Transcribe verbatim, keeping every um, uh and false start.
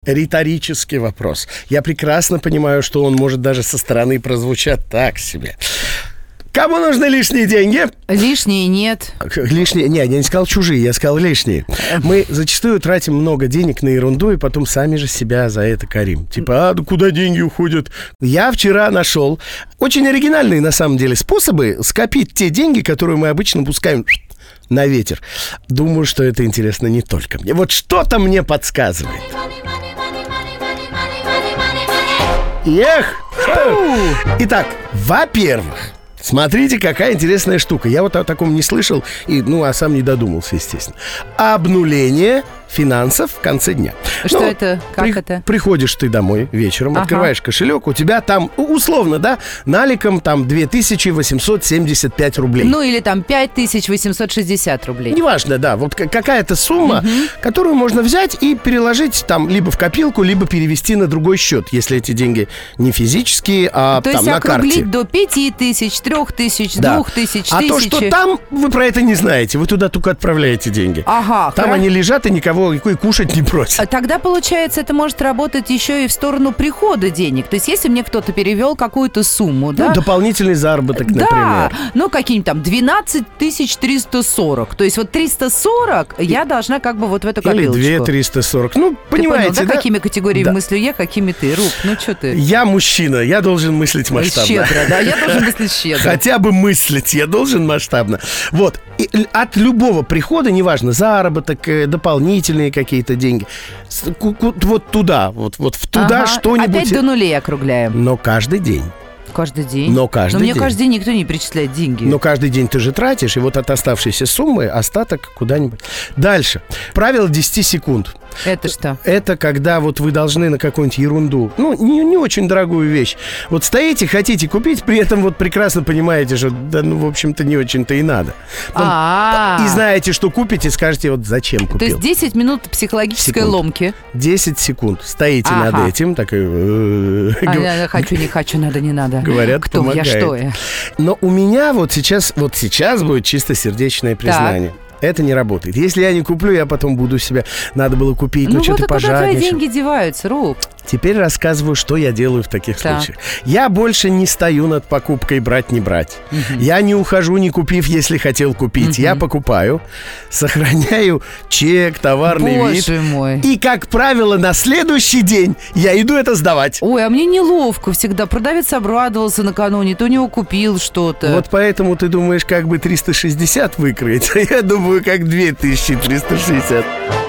Риторический вопрос. Я прекрасно понимаю, что он может даже со стороны прозвучать так себе. Кому нужны лишние деньги? Лишние нет. Лишние? Не, я не сказал чужие, я сказал лишние. Мы зачастую тратим много денег на ерунду и потом сами же себя за это корим. Типа, а куда деньги уходят? Я вчера нашел очень оригинальные на самом деле способы скопить те деньги, которые мы обычно пускаем на ветер. Думаю, что это интересно не только мне. Вот что-то мне подсказывает. Эх! Итак, во-первых, смотрите, какая интересная штука. Я вот о таком не слышал, и, ну, а сам не додумался, естественно. Обнуление финансов в конце дня. Что ну, это? Как при, это? Приходишь ты домой вечером, ага. открываешь кошелек, у тебя там, условно, да, наликом там две тысячи восемьсот семьдесят пять рублей. Ну, или там пять тысяч восемьсот шестьдесят рублей. Неважно, да, вот какая-то сумма, угу. которую можно взять и переложить там либо в копилку, либо перевести на другой счет, если эти деньги не физические, а То там есть на карте. округлить до пяти тысяч, трех тысяч, да. двух тысяч, а тысячи. А то, что там, вы про это не знаете, вы туда только отправляете деньги. Ага. Там хра... они лежат и никого и кушать не просят. Тогда, получается, это может работать еще и в сторону прихода денег. То есть, если мне кто-то перевел какую-то сумму, да? Ну, дополнительный заработок, да, например. ну, какие-нибудь там двенадцать тысяч триста сорок. То есть, вот триста сорок и... я должна как бы вот в эту копилочку. Или две тысячи триста сорок. Ну, понимаете, ты понял, да? да? Какими категориями да. мыслю я, какими ты? Руб, ну, что ты? Я мужчина, я должен мыслить масштабно. Щедро, да, я должен мыслить щедро. Хотя бы мыслить я должен масштабно. Вот, и от любого прихода, неважно, заработок, дополнительные какие-то деньги, вот туда, вот, вот в туда ага. что-нибудь. Опять до нулей округляем. Но каждый день. Каждый день? Но каждый Но мне день. каждый день никто не перечисляет деньги. Но каждый день ты же тратишь, и вот от оставшейся суммы остаток куда-нибудь. Дальше. Правило десять секунд. Это что? Это когда вот вы должны на какую-нибудь ерунду, ну, не, не очень дорогую вещь. Вот стоите, хотите купить, при этом вот прекрасно понимаете, что, да, ну, в общем-то, не очень-то и надо. Потом, и знаете, что купите, скажете, вот зачем купил. То есть десять минут психологической секунд. ломки. десять секунд. Стоите ага. над этим, так и... А я хочу, не хочу, надо, не надо. Говорят, кто помогает. я, что я. Но у меня вот сейчас, вот сейчас будет чисто сердечное признание. Так. Это не работает. Если я не куплю, я потом буду себя... Надо было купить, ну, ну что-то пожадничал. Ну вот, куда твои деньги деваются, Руб? Теперь рассказываю, что я делаю в таких да. случаях. Я больше не стою над покупкой брать, не брать. Угу. Я не ухожу, не купив, если хотел купить. Угу. Я покупаю, сохраняю чек, товарный Боже вид. мой. И, как правило, на следующий день я иду это сдавать. Ой, а мне неловко всегда. Продавец обрадовался накануне, то у него купил что-то. Вот поэтому ты думаешь, как бы триста шестьдесят выкроить. А я думаю, как две тысячи триста шестьдесят.